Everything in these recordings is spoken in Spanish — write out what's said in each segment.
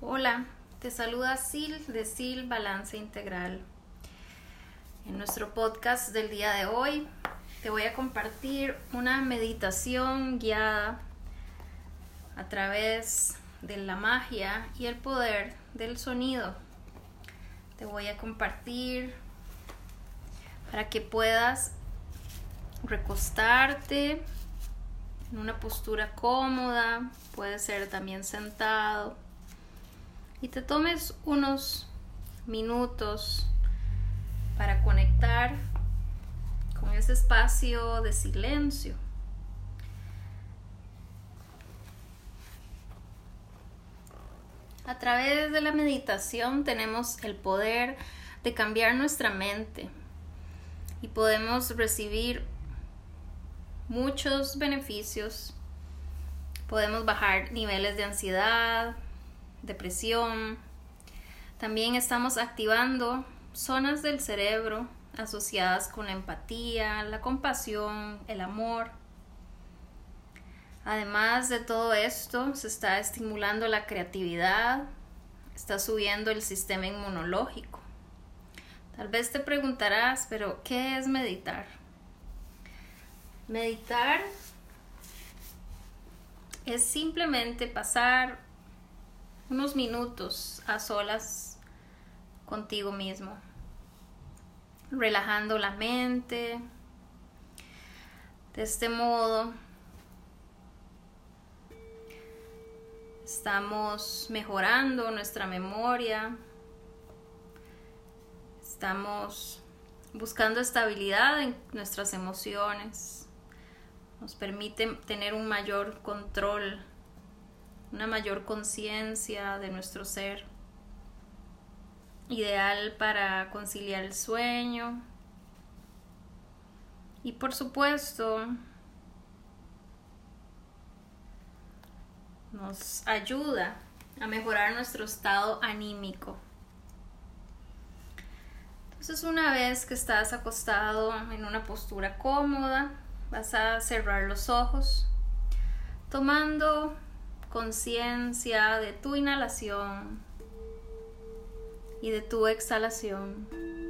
Hola, te saluda Sil de Sil Balance Integral. En nuestro podcast del día de hoy te voy a compartir una meditación guiada a través de la magia y el poder del sonido. Te voy a compartir para que puedas recostarte en una postura cómoda, puede ser también sentado, y te tomes unos minutos para conectar con ese espacio de silencio. A través de la meditación tenemos el poder de cambiar nuestra mente y podemos recibir muchos beneficios. Podemos bajar niveles de ansiedad, depresión. También estamos activando zonas del cerebro asociadas con la empatía, la compasión, el amor. Además de todo esto, se está estimulando la creatividad, está subiendo el sistema inmunológico. Tal vez te preguntarás, pero ¿qué es meditar? Meditar es simplemente pasar unos minutos a solas contigo mismo, relajando la mente. De este modo, estamos mejorando nuestra memoria, estamos buscando estabilidad en nuestras emociones, nos permite tener un mayor control, una mayor conciencia de nuestro ser, ideal para conciliar el sueño y, por supuesto, nos ayuda a mejorar nuestro estado anímico. Entonces, una vez que estás acostado en una postura cómoda, vas a cerrar los ojos, tomando conciencia de tu inhalación y de tu exhalación,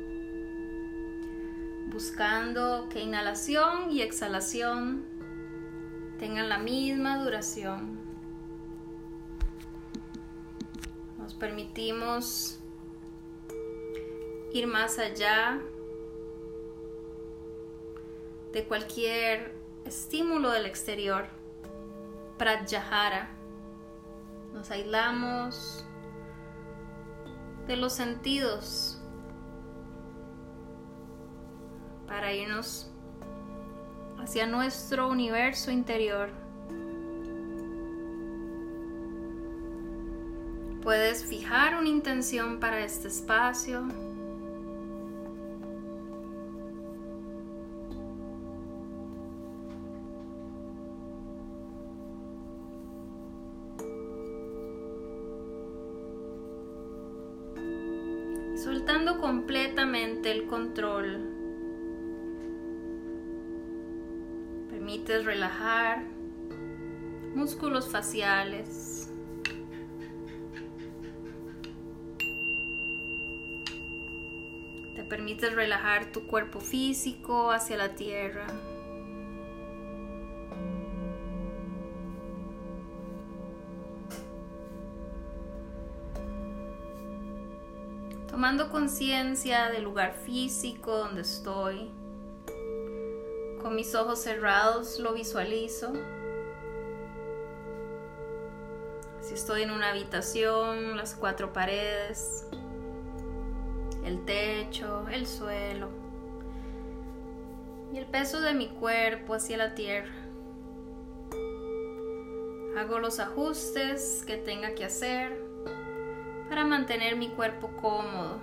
buscando que inhalación y exhalación tengan la misma duración. Nos permitimos ir más allá de cualquier estímulo del exterior. Pratyahara. Nos aislamos de los sentidos para irnos hacia nuestro universo interior. Puedes fijar una intención para este espacio. Soltando completamente el control, permites relajar músculos faciales, te permites relajar tu cuerpo físico hacia la tierra. Tomando conciencia del lugar físico donde estoy. Con mis ojos cerrados lo visualizo. Si estoy en una habitación, las 4 paredes, el techo, el suelo y el peso de mi cuerpo hacia la tierra. Hago los ajustes que tenga que hacer para mantener mi cuerpo cómodo.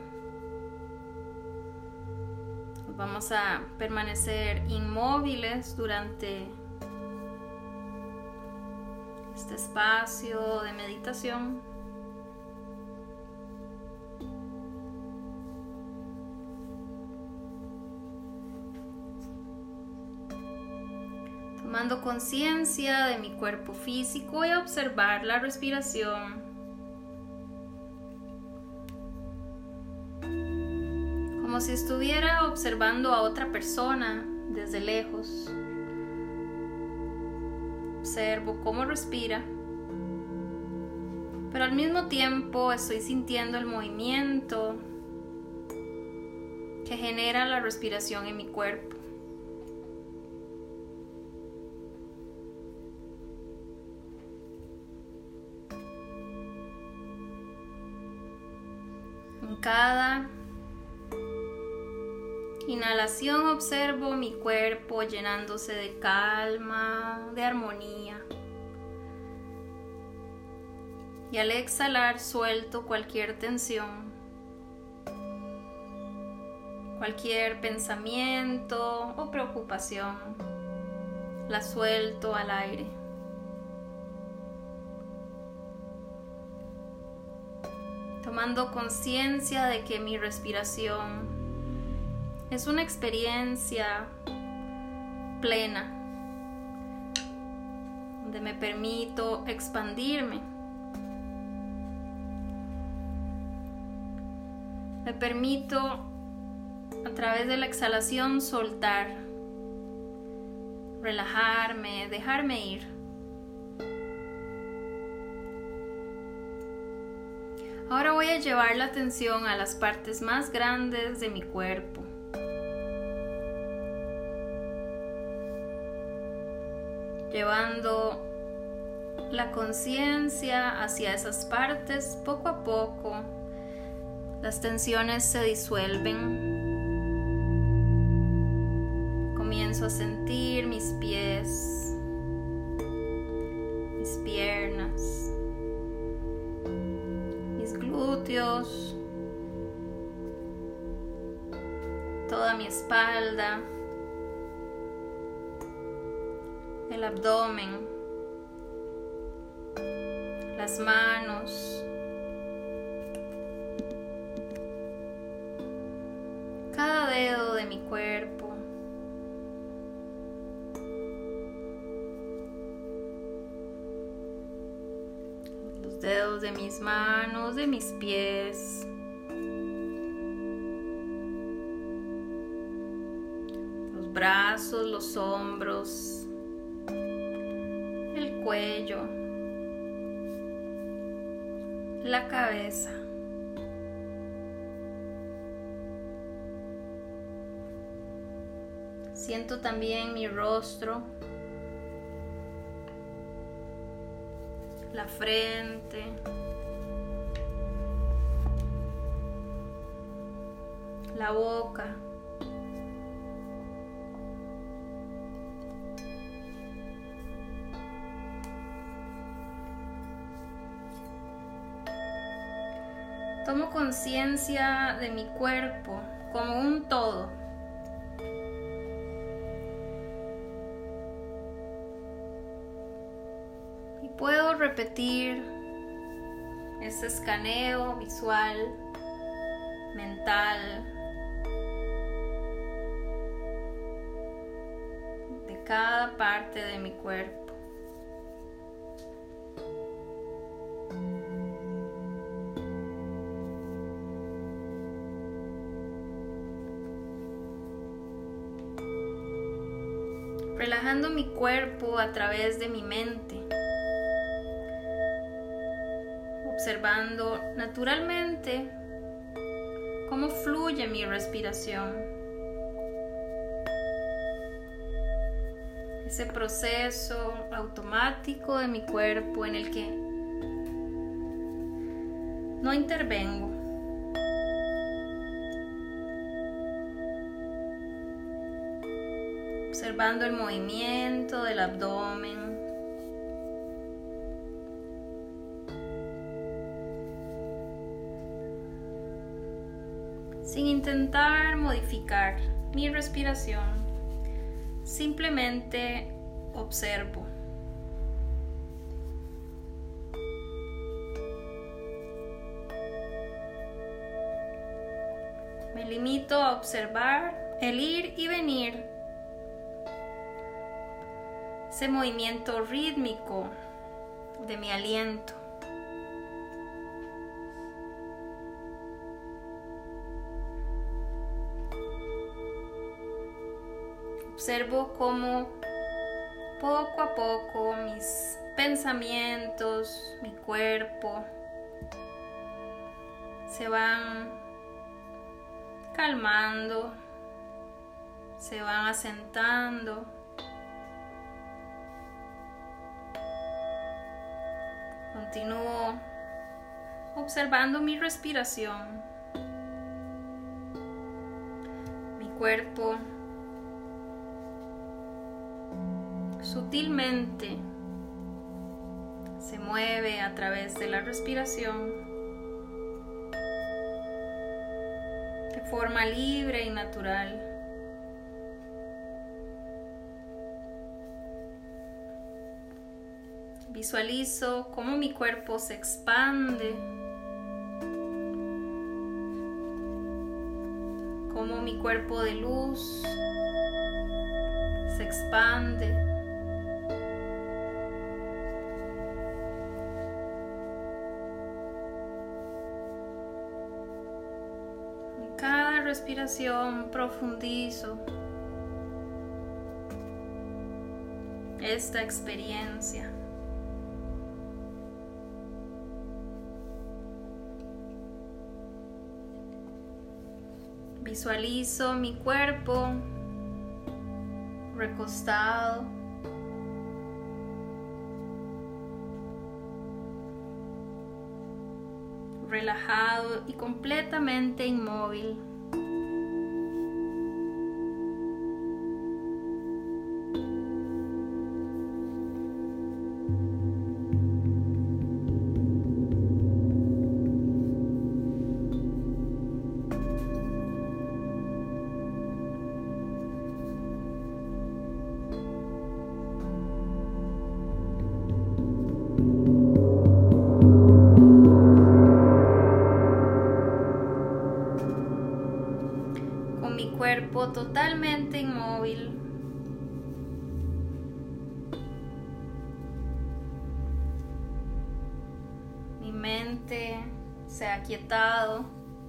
Vamos a permanecer inmóviles durante este espacio de meditación. Tomando conciencia de mi cuerpo físico y observar la respiración. como si estuviera observando a otra persona desde lejos. Observo cómo respira, pero al mismo tiempo estoy sintiendo el movimiento que genera la respiración en mi cuerpo. En cada inhalación observo mi cuerpo llenándose de calma, de armonía. Y al exhalar suelto cualquier tensión, cualquier pensamiento o preocupación. La suelto al aire. Tomando conciencia de que mi respiración es una experiencia plena, donde me permito expandirme. Me permito, a través de la exhalación, soltar, relajarme, dejarme ir. Ahora voy a llevar la atención a las partes más grandes de mi cuerpo. Llevando la conciencia hacia esas partes, poco a poco, las tensiones se disuelven. Comienzo a sentir mis pies, mis piernas, mis glúteos, toda mi espalda, el abdomen, las manos, cada dedo de mi cuerpo, los dedos de mis manos, de mis pies, los brazos, los hombros, el cuello, la cabeza. Siento también mi rostro, la frente, la boca, tomo conciencia de mi cuerpo como un todo. Y puedo repetir ese escaneo visual, mental, de cada parte de mi cuerpo. Relajando mi cuerpo a través de mi mente, observando naturalmente cómo fluye mi respiración, ese proceso automático de mi cuerpo en el que no intervengo. Observando el movimiento del abdomen, sin intentar modificar mi respiración, simplemente observo. Me limito a observar el ir y venir, ese movimiento rítmico de mi aliento. Observo cómo poco a poco mis pensamientos, mi cuerpo se van calmando, se van asentando. Continúo observando mi respiración. Mi cuerpo sutilmente se mueve a través de la respiración de forma libre y natural. Visualizo cómo mi cuerpo se expande, cómo mi cuerpo de luz se expande. En cada respiración profundizo esta experiencia. Visualizo mi cuerpo recostado, relajado y completamente inmóvil. Cuerpo totalmente inmóvil, mi mente se ha aquietado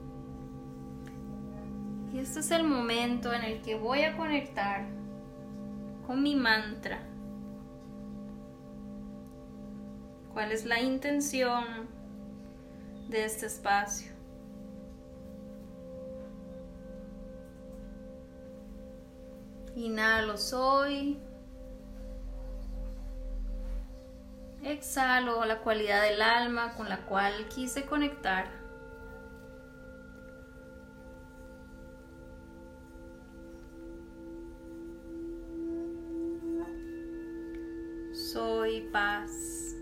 y este es el momento en el que voy a conectar con mi mantra. ¿Cuál es la intención de este espacio? Inhalo soy, exhalo la cualidad del alma con la cual quise conectar. Soy paz,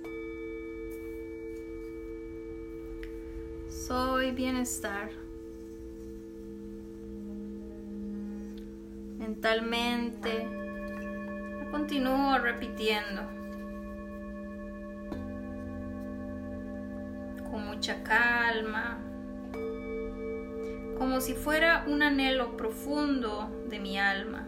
soy bienestar. Mentalmente continúo repitiendo con mucha calma, como si fuera un anhelo profundo de mi alma.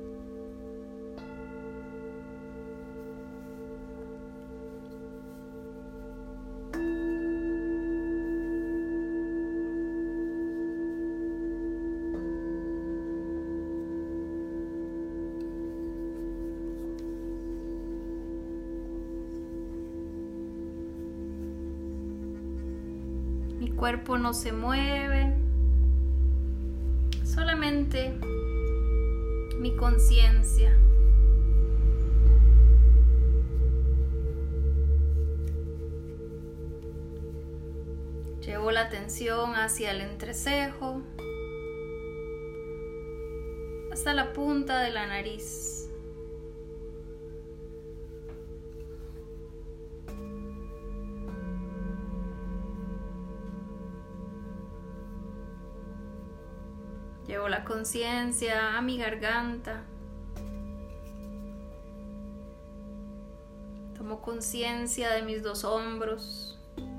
Mi cuerpo no se mueve, solamente mi conciencia. Llevo la atención hacia el entrecejo, hasta la punta de la nariz. Llevo la conciencia a mi garganta. Tomo conciencia de mis dos hombros.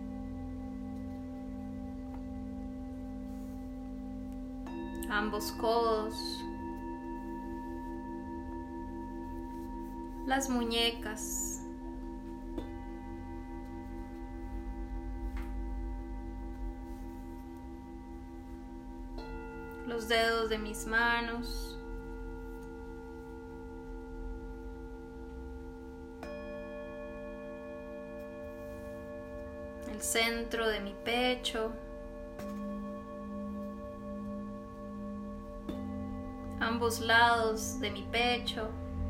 Ambos codos. Las muñecas. Los dedos de mis manos, el centro de mi pecho, ambos lados de mi pecho,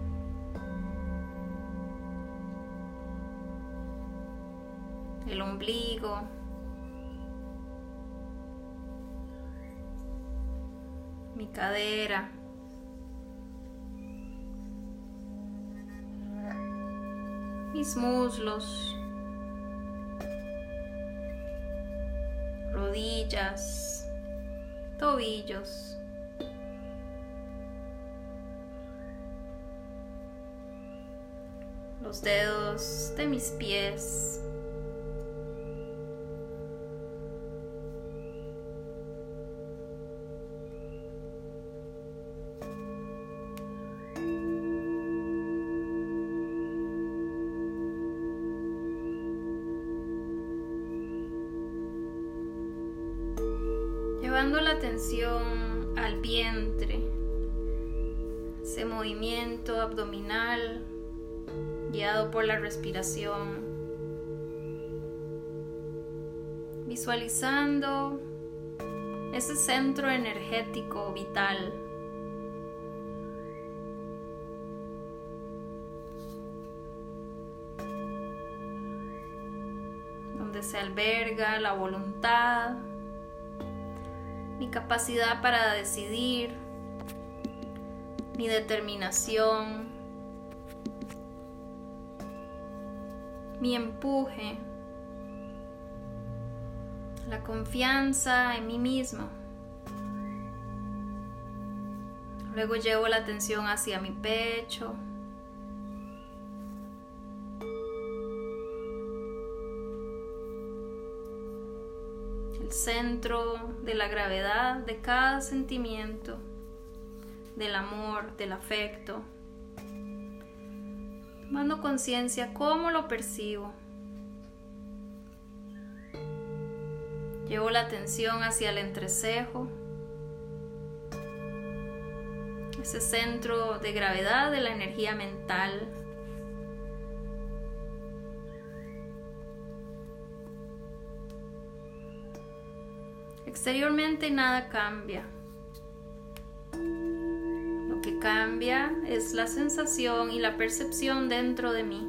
el ombligo, mi cadera, mis muslos, rodillas, tobillos, los dedos de mis pies, llevando la atención al vientre, ese movimiento abdominal guiado por la respiración, visualizando ese centro energético vital, donde se alberga la voluntad, mi capacidad para decidir, mi determinación, mi empuje, la confianza en mí mismo. Luego llevo la atención hacia mi pecho, el centro de la gravedad de cada sentimiento, del amor, del afecto, tomando conciencia cómo lo percibo. Llevo la atención hacia el entrecejo, ese centro de gravedad de la energía mental. Exteriormente nada cambia. Lo que cambia es la sensación y la percepción dentro de mí.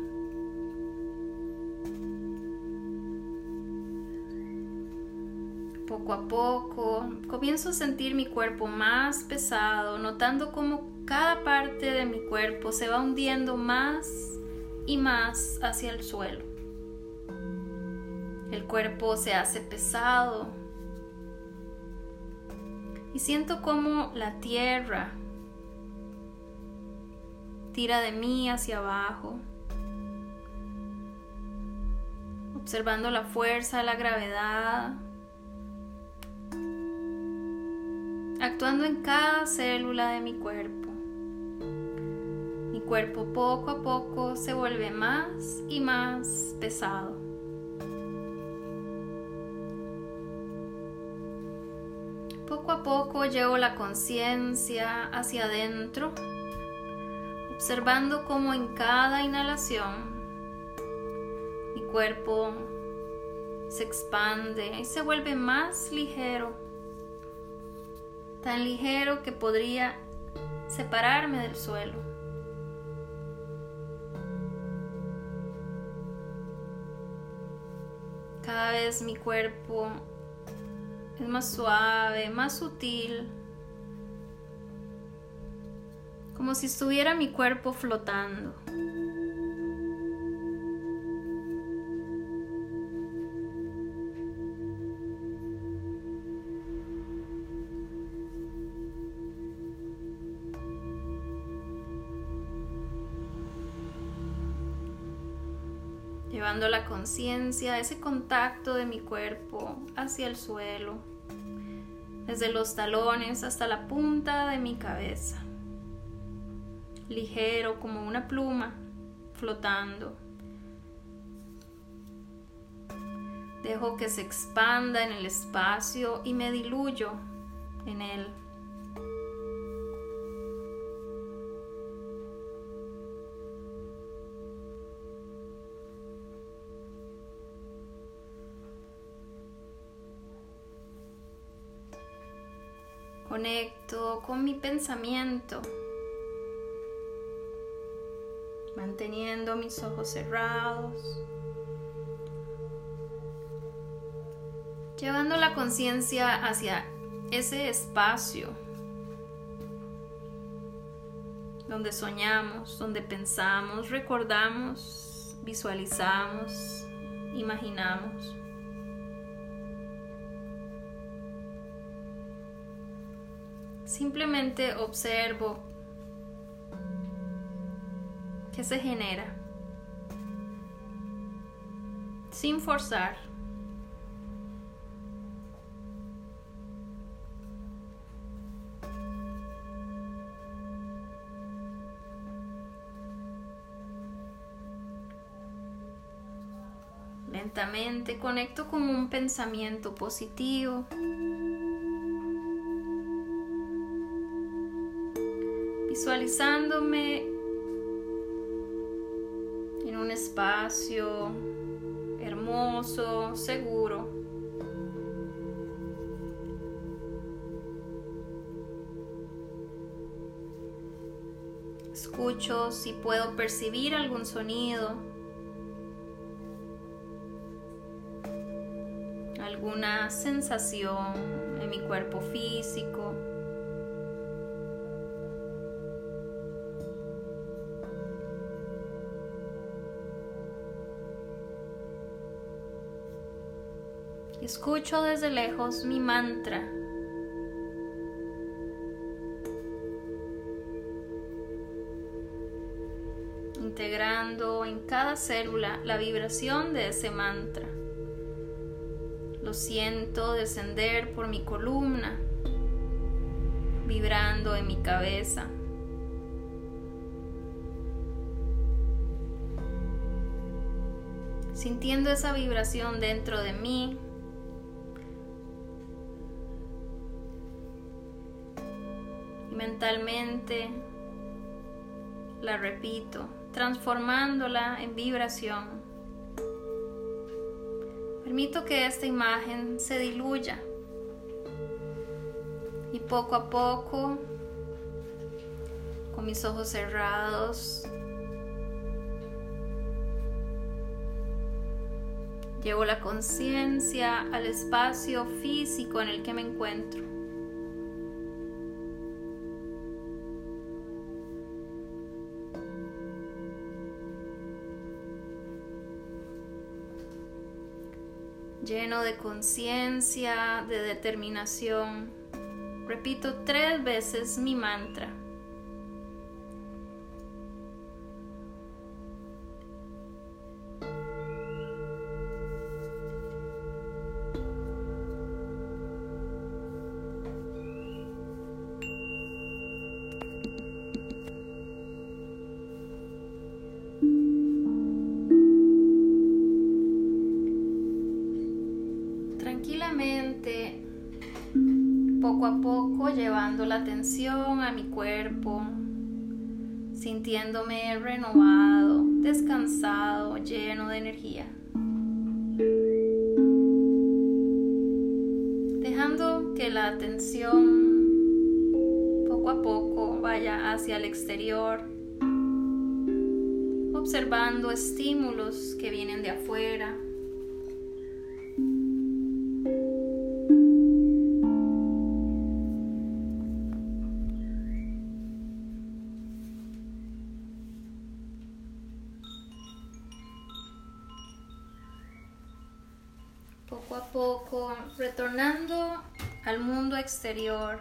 Poco a poco comienzo a sentir mi cuerpo más pesado, notando cómo cada parte de mi cuerpo se va hundiendo más y más hacia el suelo. El cuerpo se hace pesado y siento cómo la tierra tira de mí hacia abajo, observando la fuerza de la gravedad, actuando en cada célula de mi cuerpo. Mi cuerpo poco a poco se vuelve más y más pesado. Poco a poco llevo la conciencia hacia adentro, observando cómo en cada inhalación mi cuerpo se expande y se vuelve más ligero, tan ligero que podría separarme del suelo. Cada vez mi cuerpo es más suave, más sutil, como si estuviera mi cuerpo flotando. Llevando la conciencia, ese contacto de mi cuerpo hacia el suelo, desde los talones hasta la punta de mi cabeza, ligero como una pluma, flotando. Dejo que se expanda en el espacio y me diluyo en él. Conecto con mi pensamiento, manteniendo mis ojos cerrados, llevando la conciencia hacia ese espacio donde soñamos, donde pensamos, recordamos, visualizamos, imaginamos. Simplemente observo qué se genera, sin forzar. Lentamente conecto con un pensamiento positivo. Visualizándome en un espacio hermoso, seguro. Escucho si puedo percibir algún sonido, alguna sensación en mi cuerpo físico. Escucho desde lejos mi mantra. Integrando en cada célula la vibración de ese mantra. Lo siento descender por mi columna, vibrando en mi cabeza. Sintiendo esa vibración dentro de mí. Y mentalmente la repito, transformándola en vibración. Permito que esta imagen se diluya y poco a poco, con mis ojos cerrados, llevo la conciencia al espacio físico en el que me encuentro. Lleno de conciencia, de determinación, repito 3 veces mi mantra. Tranquilamente, poco a poco, llevando la atención a mi cuerpo, sintiéndome renovado, descansado, lleno de energía. Dejando que la atención poco a poco vaya hacia el exterior, observando estímulos que vienen de afuera. Poco a poco, retornando al mundo exterior,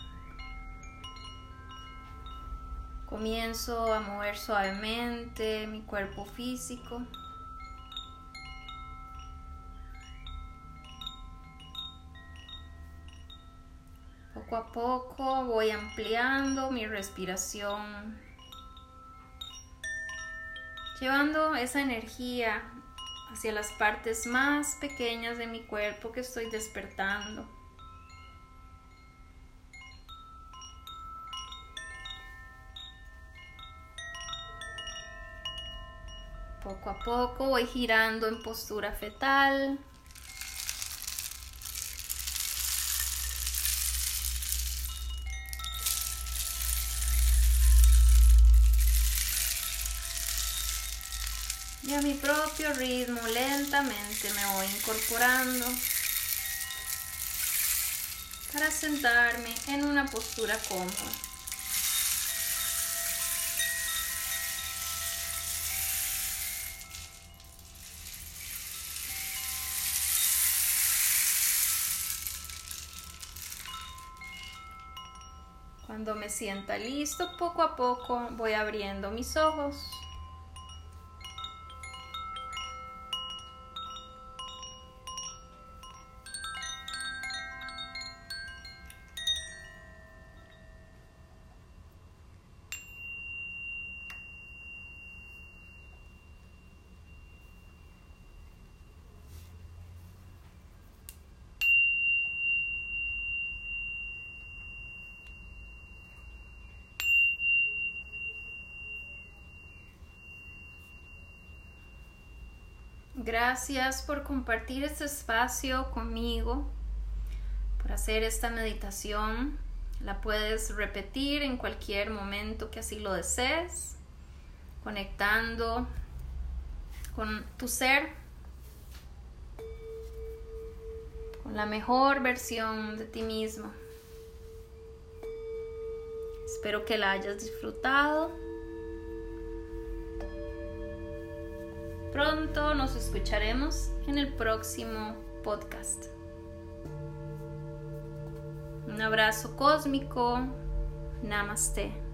comienzo a mover suavemente mi cuerpo físico. Poco a poco voy ampliando mi respiración, llevando esa energía hacia las partes más pequeñas de mi cuerpo que estoy despertando. Poco a poco voy girando en postura fetal. Y a mi propio ritmo, lentamente me voy incorporando para sentarme en una postura cómoda. Cuando me sienta listo, poco a poco voy abriendo mis ojos. Gracias por compartir este espacio conmigo, por hacer esta meditación. La puedes repetir en cualquier momento que así lo desees, conectando con tu ser, con la mejor versión de ti mismo. Espero que la hayas disfrutado. Pronto nos escucharemos en el próximo podcast. Un abrazo cósmico. Namaste.